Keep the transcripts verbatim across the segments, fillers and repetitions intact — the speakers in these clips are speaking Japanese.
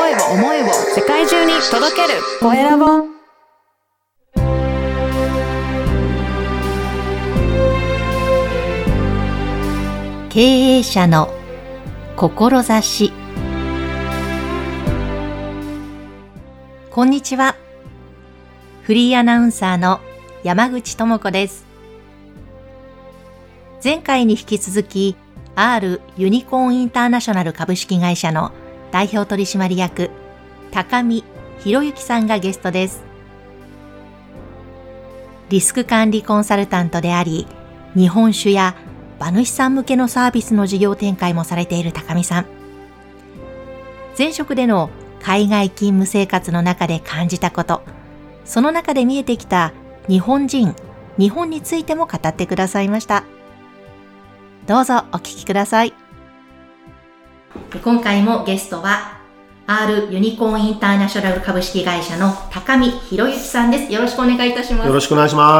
声を思いを世界中に届けるコエラボ。 経営者の志。こんにちは。フリーアナウンサーの山口智子です。前回に引き続き R ユニコーンインターナショナル株式会社の代表取締役高見博之さんがゲストです。リスク管理コンサルタントであり、日本酒や馬主さん向けのサービスの事業展開もされている高見さん。前職での海外勤務生活の中で感じたこと、その中で見えてきた日本人、日本についても語ってくださいました。どうぞお聞きください。今回もゲストは R ユニコーンインターナショナル株式会社の高見博之さんです。よろしくお願いいたします。 よろしくお願いします。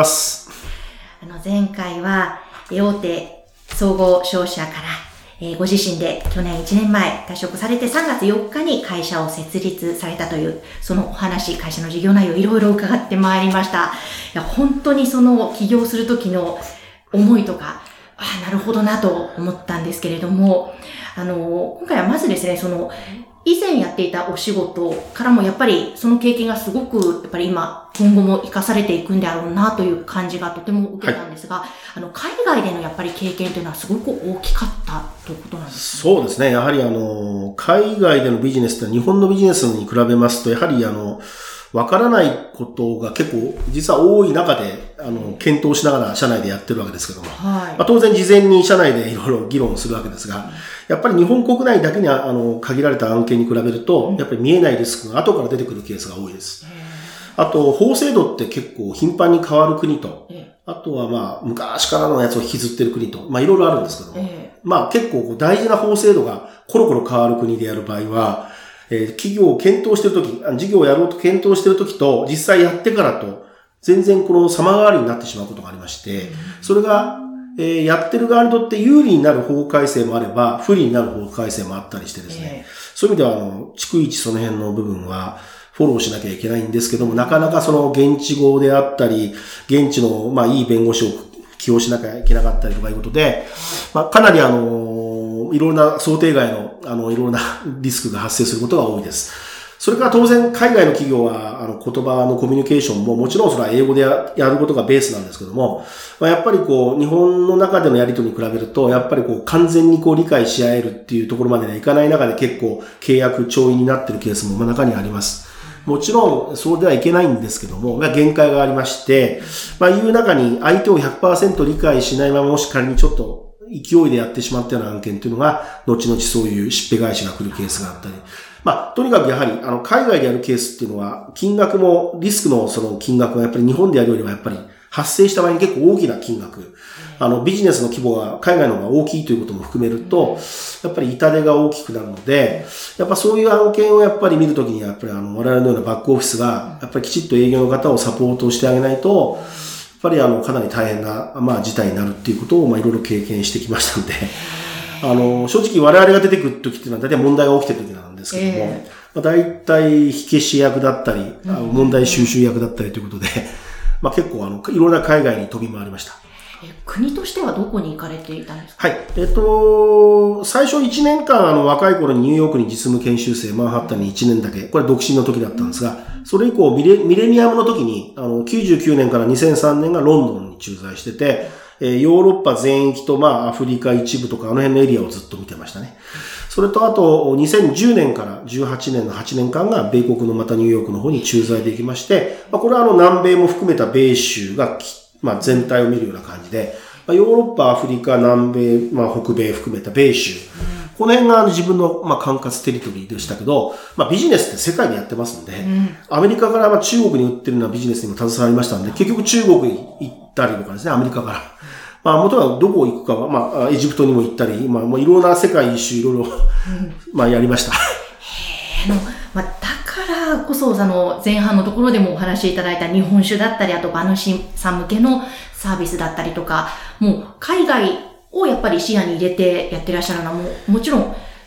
あの前回は大手総合商社から、えー、ご自身で去年いちねんまえ退職されてさんがつよっかに会社を設立されたというそのお話、会社の事業内容いろいろ伺ってまいりました。いや本当にその起業する時の思いとか、ああなるほどなと思ったんですけれども、あの今回はまずですね、その以前やっていたお仕事からもやっぱりその経験がすごくやっぱり今今後も活かされていくんであろうなという感じがとても受けたんですが、はい、あの海外でのやっぱり経験というのはすごく大きかったということなんですか？ そうですね。やはりあの海外でのビジネスって日本のビジネスに比べますとやはりあのわからないことが結構実は多い中であの検討しながら社内でやってるわけですけども、はい、まあ、当然事前に社内でいろいろ議論するわけですが、うん、やっぱり日本国内だけにあの限られた案件に比べると、うん、やっぱり見えないリスクが後から出てくるケースが多いです。あと法制度って結構頻繁に変わる国と、あとはまあ昔からのやつを引きずってる国と、まあいろいろあるんですけども、まあ結構大事な法制度がコロコロ変わる国でやる場合は、えー、企業を検討しているとき、事業をやろうと検討しているときと、実際やってからと、全然この様変わりになってしまうことがありまして、それが、えー、やってる側にとって有利になる法改正もあれば、不利になる法改正もあったりしてですね、そういう意味では、あの、逐一その辺の部分は、フォローしなきゃいけないんですけども、なかなかその現地語であったり、現地の、まあ、いい弁護士を起用しなきゃいけなかったりとかいうことで、まあ、かなりあの、いろんな想定外の、あの、いろんなリスクが発生することが多いです。それから当然、海外の企業は、あの、言葉のコミュニケーションも、もちろんそれは英語で や, やることがベースなんですけども、まあ、やっぱりこう、日本の中でのやり取りに比べると、やっぱりこう、完全にこう、理解し合えるっていうところまではいかない中で結構、契約調印になっているケースも、まあ、中にあります。もちろん、そうではいけないんですけども、まあ、限界がありまして、まあ、いう中に相手を ひゃくパーセント 理解しないまま、もし仮にちょっと、勢いでやってしまったような案件っていうのが、後々そういうしっぺ返しが来るケースがあったり。まあ、とにかくやはり、あの、海外でやるケースっていうのは、金額も、リスクのその金額がやっぱり日本でやるよりはやっぱり発生した場合に結構大きな金額。あの、ビジネスの規模が海外の方が大きいということも含めると、やっぱり痛手が大きくなるので、やっぱそういう案件をやっぱり見るときには、やっぱりあの、我々のようなバックオフィスが、やっぱりきちっと営業の方をサポートしてあげないと、やっぱりあの、かなり大変な、まあ、事態になるっていうことを、まあ、いろいろ経験してきましたので、あの、正直我々が出てくるときっていうのは大体問題が起きてるときなんですけども、えーまあ、大体火消し役だったり、うん、問題収集役だったりということで、まあ、結構あの、いろんな海外に飛び回りました。 え、国としてはどこに行かれていたんですか？ はい。えっと、最初いちねんかん、あの、若い頃にニューヨークに実務研修生、マンハッタンにいちねんだけ、これ独身の時だったんですが、それ以降ミレ、ミレニアムの時に、あの、きゅうじゅうきゅうねんからにせんさんねんがロンドンに駐在してて、えー、ヨーロッパ全域と、まあ、アフリカ一部とか、あの辺のエリアをずっと見てましたね。それと、あと、にせんじゅうねんからじゅうはちねんのはちねんかんが、米国のまたニューヨークの方に駐在で行きまして、まあ、これはあの、南米も含めた米州が、まあ、全体を見るような感じで、まあ、ヨーロッパ、アフリカ、南米、まあ、北米含めた米州。この辺が自分の、まあ、管轄テリトリーでしたけど、まあ、ビジネスって世界でやってますんで、うん、アメリカからまあ中国に売ってるようなビジネスにも携わりましたんで、結局中国に行ったりとかですね、アメリカから。まあ、元はどこ行くかは、まあ、エジプトにも行ったり、まあ、もういろんな世界一周いろいろ、まあ、やりました。 へー、あの、まあ、だからこそ、あの、前半のところでもお話しいただいた日本酒だったり、あと馬主さん向けのサービスだったりとか、もう海外をやっぱり視野に入れてやってらっしゃるのはもう、もちろん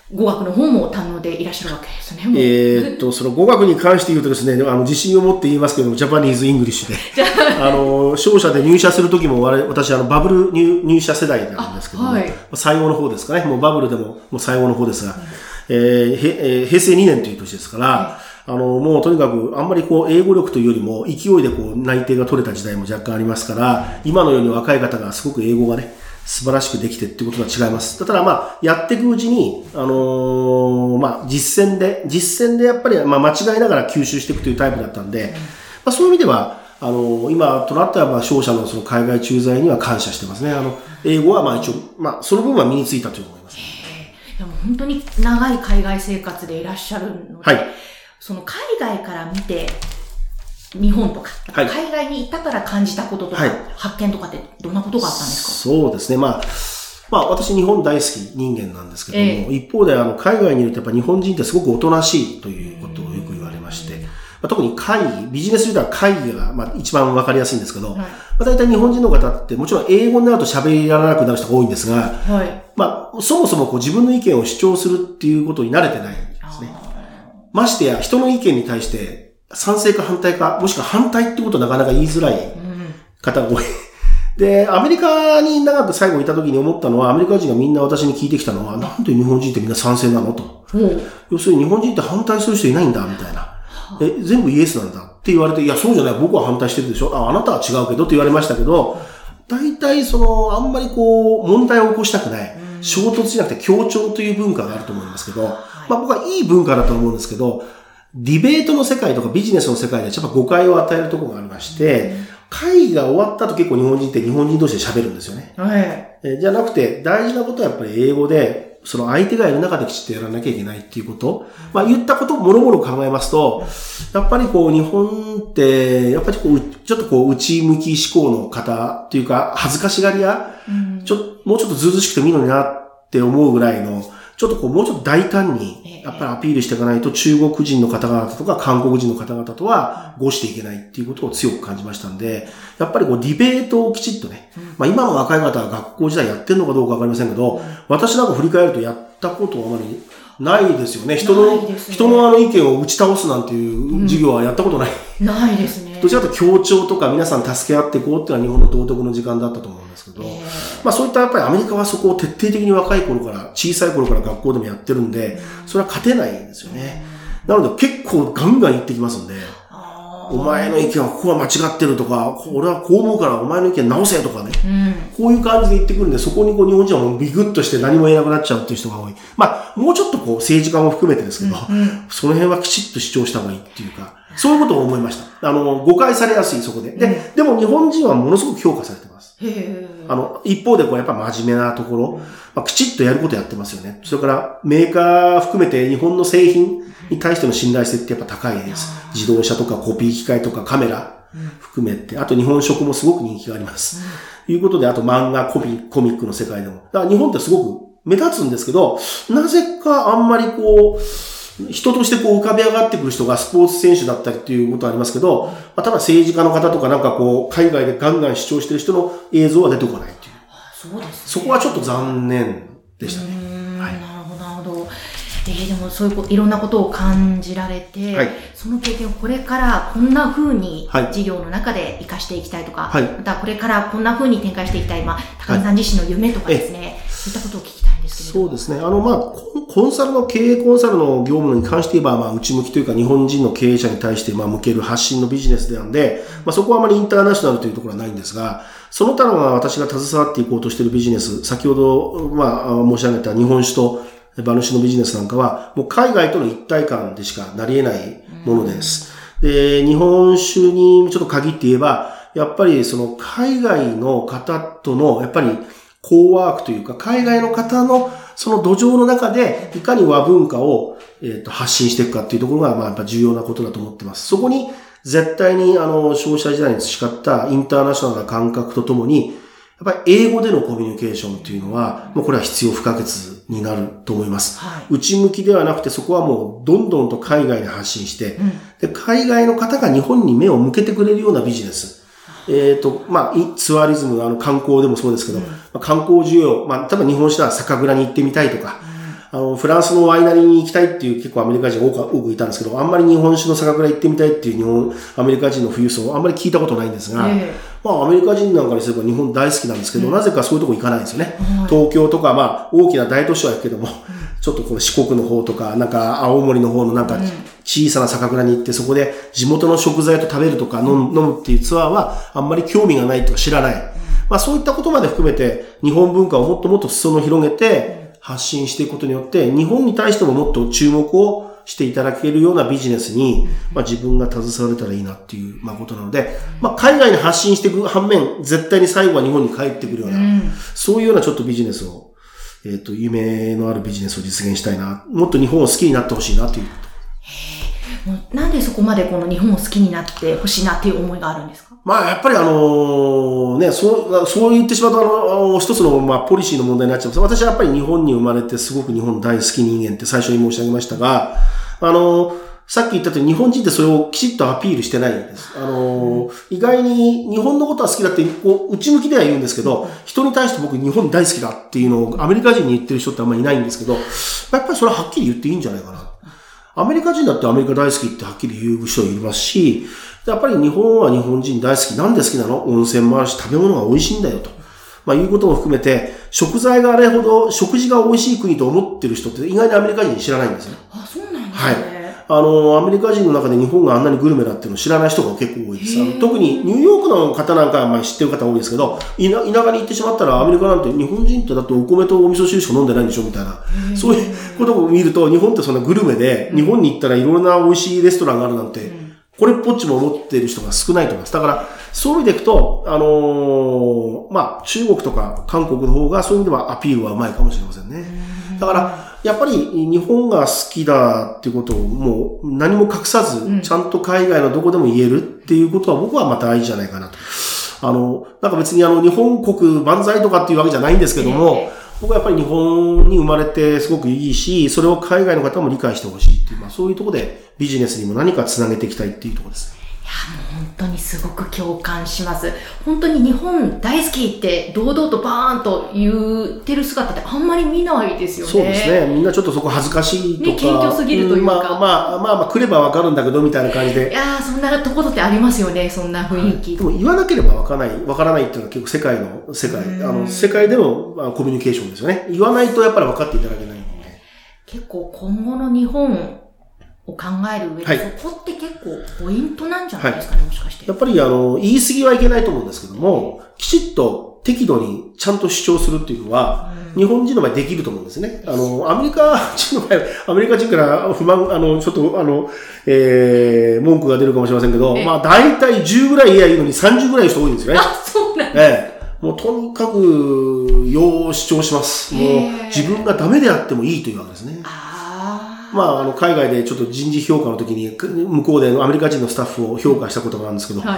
語学の方も堪能でいらっしゃるわけですね。もうえーっと、その語学に関して言うとですね、あの、自信を持って言いますけども、ジャパニーズ・イングリッシュで。あの、商社で入社するときも、私、あの、バブル入入社世代なんですけども、はい、最後の方ですかね。もうバブルでも、もう最後の方ですが、うん、えーへえー、平成にねんという年ですから、はい、あの、もうとにかく、あんまりこう、英語力というよりも、勢いでこう、内定が取れた時代も若干ありますから、今のように若い方がすごく英語がね、素晴らしくできてっていうことは違います。ただまあ、やっていくうちに、あのー、まあ、実践で、実践でやっぱり、まあ、間違いながら吸収していくというタイプだったんで、まあ、そういう意味では、あのー、今となっては、まあ、商社のその海外駐在には感謝してますね。あの、英語はまあ一応、まあ、その分は身についたと思います。 でも本当に長い海外生活でいらっしゃるので、 はい、 その海外から見て、日本とか、はい、海外に行ったから感じたこととか、はい、発見とかってどんなことがあったんですか？ そうですね。まあ、まあ私日本大好き人間なんですけども、えー、一方であの海外にいるとやっぱ日本人ってすごくおとなしいということをよく言われまして、まあ、特に会議、ビジネスで言ったら会議がまあ一番わかりやすいんですけど、はい、まあ、大体日本人の方ってもちろん英語になると喋らなくなる人が多いんですが、はい、まあそもそもこう自分の意見を主張するっていうことに慣れてないんですね。ましてや人の意見に対して賛成か反対か、もしくは反対ってことはなかなか言いづらい方が多い。うん、で、アメリカに長く最後いた時に思ったのは、アメリカ人がみんな私に聞いてきたのは、なんで日本人ってみんな賛成なのと。うん、要するに日本人って反対する人いないんだ、みたいな。え、全部イエスなんだって言われて、いや、そうじゃない、僕は反対してるでしょ。あ、あなたは違うけどって言われましたけど、大体その、あんまりこう、問題を起こしたくない。うん、衝突じゃなくて協調という文化があると思いますけど、はい、まあ僕はいい文化だと思うんですけど、ディベートの世界とかビジネスの世界でやっぱ誤解を与えるところがありまして、会議が終わった後結構日本人って日本人同士で喋るんですよね。はい、えじゃなくて大事なことはやっぱり英語で、その相手がいる中できちっとやらなきゃいけないっていうこと。まあ言ったこともろもろ考えますと、やっぱりこう日本って、やっぱりこう、ちょっとこう内向き思考の方っていうか恥ずかしがり屋、うん、ちょもうちょっとずうずしくてもいいのになって思うぐらいの、ちょっとこう、もうちょっと大胆に、やっぱりアピールしていかないと、中国人の方々とか韓国人の方々とは、合していけないっていうことを強く感じましたんで、やっぱりこう、ディベートをきちっとね、まあ今の若い方は学校時代やってるのかどうかわかりませんけど、私なんか振り返るとやったことはあまりないですよね。人の、ね、人のあの意見を打ち倒すなんていう授業はやったことない。 うん、ないですね。 どちらかというと協調とか皆さん助け合っていこうっていうのは日本の道徳の時間だったと思うんですけど、えー、まあそういったやっぱりアメリカはそこを徹底的に若い頃から、小さい頃から学校でもやってるんで、それは勝てないんですよね。なので結構ガンガン言ってきますんで、お前の意見はここは間違ってるとか、俺はこう思うからお前の意見直せとかね、うん、こういう感じで言ってくるんで、そこにこう日本人はもうビクッとして何も言えなくなっちゃうっていう人が多い。まあもうちょっとこう政治家も含めてですけど、うんうん、その辺はきちっと主張した方がいいっていうか、そういうことを思いました。あの、誤解されやすいそこで。で、うん、でも日本人はものすごく評価されてます。へあの、一方でこうやっぱ真面目なところ、まあ、きちっとやることやってますよね。それからメーカー含めて日本の製品に対しての信頼性ってやっぱ高いです。自動車とかコピー機械とかカメラ含めて、あと日本食もすごく人気があります。ということで、あと漫画、コミ、コミックの世界でも。だから日本ってすごく目立つんですけど、なぜかあんまりこう、人としてこう浮かび上がってくる人がスポーツ選手だったりっていうことはありますけど、まあ、ただ政治家の方とかなんかこう、海外でガンガン主張してる人の映像は出てこないっていう。 そうですね。 そこはちょっと残念でしたね。 はい、なるほど、なるほど。えー、でもそういういろんなことを感じられて、はい、その経験をこれからこんな風に事業の中で活かしていきたいとか、はい、またこれからこんな風に展開していきたい、まあ、高見さん自身の夢とかですね、はい、そういったことを聞きたいんですけれども。 そうですね。あの、まあ、コンサルの経営コンサルの業務に関して言えば、まあ、内向きというか日本人の経営者に対して、まあ、向ける発信のビジネスなんで、まあ、そこはあまりインターナショナルというところはないんですが、その他の私が携わっていこうとしているビジネス、先ほど、まあ、申し上げた日本酒と馬主のビジネスなんかは、もう海外との一体感でしかなり得ないものです。で、日本酒にちょっと限って言えば、やっぱりその海外の方との、やっぱりコーワークというか、海外の方のその土壌の中で、いかに和文化を、えっと、発信していくかっていうところが、まあ、やっぱ重要なことだと思ってます。そこに、絶対に、あの、消費者時代に培ったインターナショナルな感覚とともに、やっぱり英語でのコミュニケーションっていうのは、もうこれは必要不可欠になると思います。はい、内向きではなくて、そこはもうどんどんと海外に発信して、うん、で海外の方が日本に目を向けてくれるようなビジネス。えっと、まあ、ツアリズム、あの、観光でもそうですけど、うん、まあ、観光需要、まあ、多分日本酒は酒蔵に行ってみたいとか、 あの、フランスのワイナリーに行きたいっていう結構アメリカ人多く多くいたんですけど、あんまり日本酒の酒蔵行ってみたいっていう日本、アメリカ人の富裕層、あんまり聞いたことないんですが、えー、まあ、アメリカ人なんかにすれば日本大好きなんですけど、うん、なぜかそういうとこ行かないんですよね。うん、東京とか、まあ、大きな大都市は行くけども、うん、ちょっとこの四国の方とか、なんか青森の方のなんか小さな酒蔵に行って、そこで地元の食材と食べるとか飲む、飲むっていうツアーはあんまり興味がないとか知らない。まあ、そういったことまで含めて、日本文化をもっともっと裾野を広げて、発信していくことによって、日本に対してももっと注目をしていただけるようなビジネスに、まあ自分が携われたらいいなっていう、まあことなので、まあ海外に発信していく反面、絶対に最後は日本に帰ってくるような、うん、そういうようなちょっとビジネスを、えっと、夢のあるビジネスを実現したいな。もっと日本を好きになってほしいなっていう。 へー、なんでそこまでこの日本を好きになってほしいなっていう思いがあるんですか？ まあやっぱりあのー、ね、そう、そう言ってしまうとあの、一つのまあポリシーの問題になっちゃうんです。私はやっぱり日本に生まれてすごく日本大好き人間って最初に申し上げましたが、あのー、さっき言ったとおり日本人ってそれをきちっとアピールしてないんです。あのー、意外に日本のことは好きだってこう内向きでは言うんですけど、人に対して僕日本大好きだっていうのをアメリカ人に言ってる人ってあんまりいないんですけど、やっぱりそれははっきり言っていいんじゃないかな。アメリカ人だってアメリカ大好きってはっきり言う人いますし、やっぱり日本は日本人大好き。なんで好きなの？温泉もあるし、食べ物が美味しいんだよと。まあいうことも含めて、食材があれほど、食事が美味しい国と思ってる人って意外にアメリカ人知らないんですね。 あ、そうなんですね。 はい。あの、アメリカ人の中で日本があんなにグルメだっていうのを知らない人が結構多いです。あの特にニューヨークの方なんかはまあ知ってる方多いですけど、田舎に行ってしまったらアメリカなんて日本人ってだってお米とお味噌汁しか飲んでないんでしょみたいな。そういうことを見ると、日本ってそんなグルメで、日本に行ったらいろんな美味しいレストランがあるなんて、うんこれっぽっちも思っている人が少ないと思います。だから、そういう意味でいくと、あのー、まあ、中国とか韓国の方がそういう意味ではアピールはうまいかもしれませんね。だから、やっぱり日本が好きだっていうことをもう何も隠さず、ちゃんと海外のどこでも言えるっていうことは僕はまた大事じゃないかなと。あの、なんか別にあの、日本国万歳とかっていうわけじゃないんですけども、僕はやっぱり日本に生まれてすごくいいし、それを海外の方も理解してほしいっていう、まあそういうところでビジネスにも何かつなげていきたいっていうところです。 いや、もう本当にすごく共感します。本当に日本大好きって堂々とバーンと言ってる姿ってあんまり見ないですよね。 そうですね。みんなちょっとそこ恥ずかしいとか。 ね、謙虚すぎるというか。 うん、まあまあまあまあ来ればわかるんだけどみたいな感じで。 いやー、そんなところってありますよね。そんな雰囲気。 はい、でも言わなければわからない、わからないっていうのは結構世界の、世界、あの、世界でのコミュニケーションですよね。言わないとやっぱり分かっていただけないので。 結構今後の日本、を考える上で、はい、そこって結構ポイントなんじゃないですかね、はい、もしかして。 やっぱりあの、言い過ぎはいけないと思うんですけども、きちっと適度にちゃんと主張するっていうのは、うん、日本人の場合できると思うんですね。あの、アメリカ人の場合、アメリカ人から不満、あの、ちょっとあの、えー、文句が出るかもしれませんけど、まあ大体じゅうぐらい言えばいいのにさんじゅうぐらい人多いんですよね。 あ、そうなんですね。 ええ。もうとにかく、よう主張します。もう自分がダメであってもいいというわけですね。まあ、あの、海外でちょっと人事評価の時に、向こうでアメリカ人のスタッフを評価したことがあるんですけど、はい、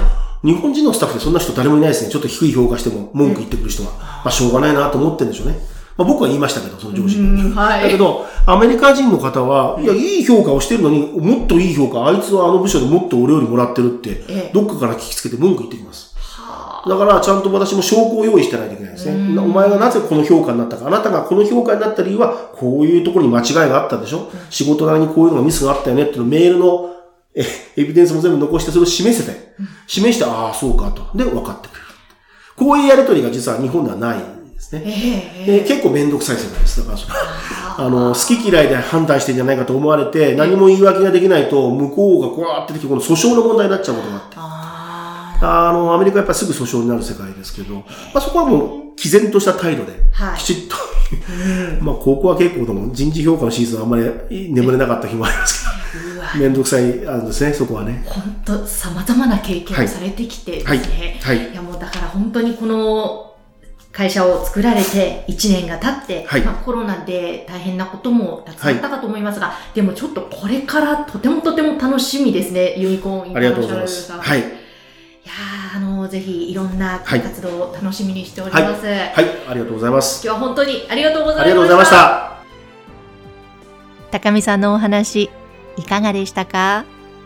日本人のスタッフでそんな人誰もいないですね。ちょっと低い評価しても文句言ってくる人は。まあ、しょうがないなと思ってるんでしょうね。まあ、僕は言いましたけど、その上司に。はい、だけど、アメリカ人の方は、いや、いい評価をしてるのに、もっといい評価、あいつはあの部署でもっと俺よりもらってるって、どっかから聞きつけて文句言ってきます。だから、ちゃんと私も証拠を用意してないといけないんですね。お前がなぜこの評価になったか、あなたがこの評価になった理由は、こういうところに間違いがあったでしょ、うん、仕事なりにこういうのがミスがあったよねっていうのメールのえエビデンスも全部残して、それを示せて、うん、示して、ああ、そうかと。で、分かってくる。こういうやりとりが実は日本ではないんですね。えーえー、結構めんどくさい世界です。だからそれあの、好き嫌いで反対してんじゃないかと思われて、何も言い訳ができないと、向こうがこうやってきて、この訴訟の問題になっちゃうことがあって。あの、アメリカはやっぱりすぐ訴訟になる世界ですけど、まあそこはもう、毅然とした態度で、きちっと、はい、まあここは結構でも人事評価のシーズンはあんまり眠れなかった日もありますけど、めんどくさい、あるんですね、そこはね。 本当様々な経験をされてきてですね。はい。はいはい、いやもうだから本当にこの会社を作られていちねんが経って、はい、まあコロナで大変なこともたくさんあったかと思いますが、はい、でもちょっとこれからとてもとても楽しみですね、ユニコーンインターナショナルさん。はい。いやー、あのー、ぜひいろんな活動を楽しみにしております。はい、はいはい、ありがとうございます。 今日は本当にありがとうございました。 ありがとうございました。 高見さんのお話、いかがでしたか？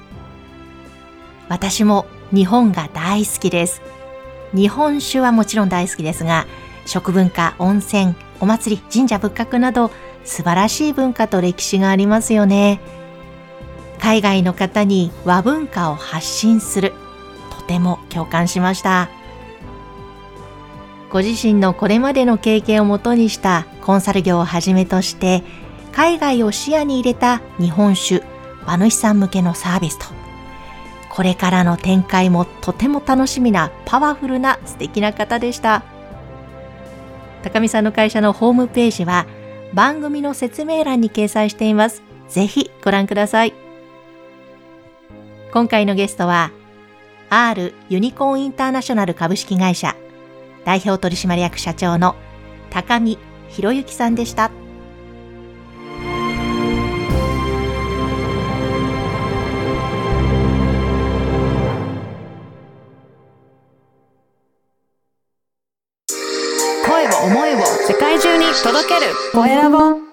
私も日本が大好きです。日本酒はもちろん大好きですが、食文化、温泉、お祭り、神社仏閣など、 素晴らしい文化と歴史がありますよね。海外の方に和文化を発信する、とても共感しました。ご自身のこれまでの経験をもとにしたコンサル業をはじめとして、海外を視野に入れた日本酒、馬主さん向けのサービスと、これからの展開もとても楽しみなパワフルな素敵な方でした。高見さんの会社のホームページは番組の説明欄に掲載しています。ぜひご覧ください。今回のゲストは R ユニコーンインターナショナル株式会社代表取締役社長の高見博之さんでした。 声を思いを世界中に届けるコエラボ。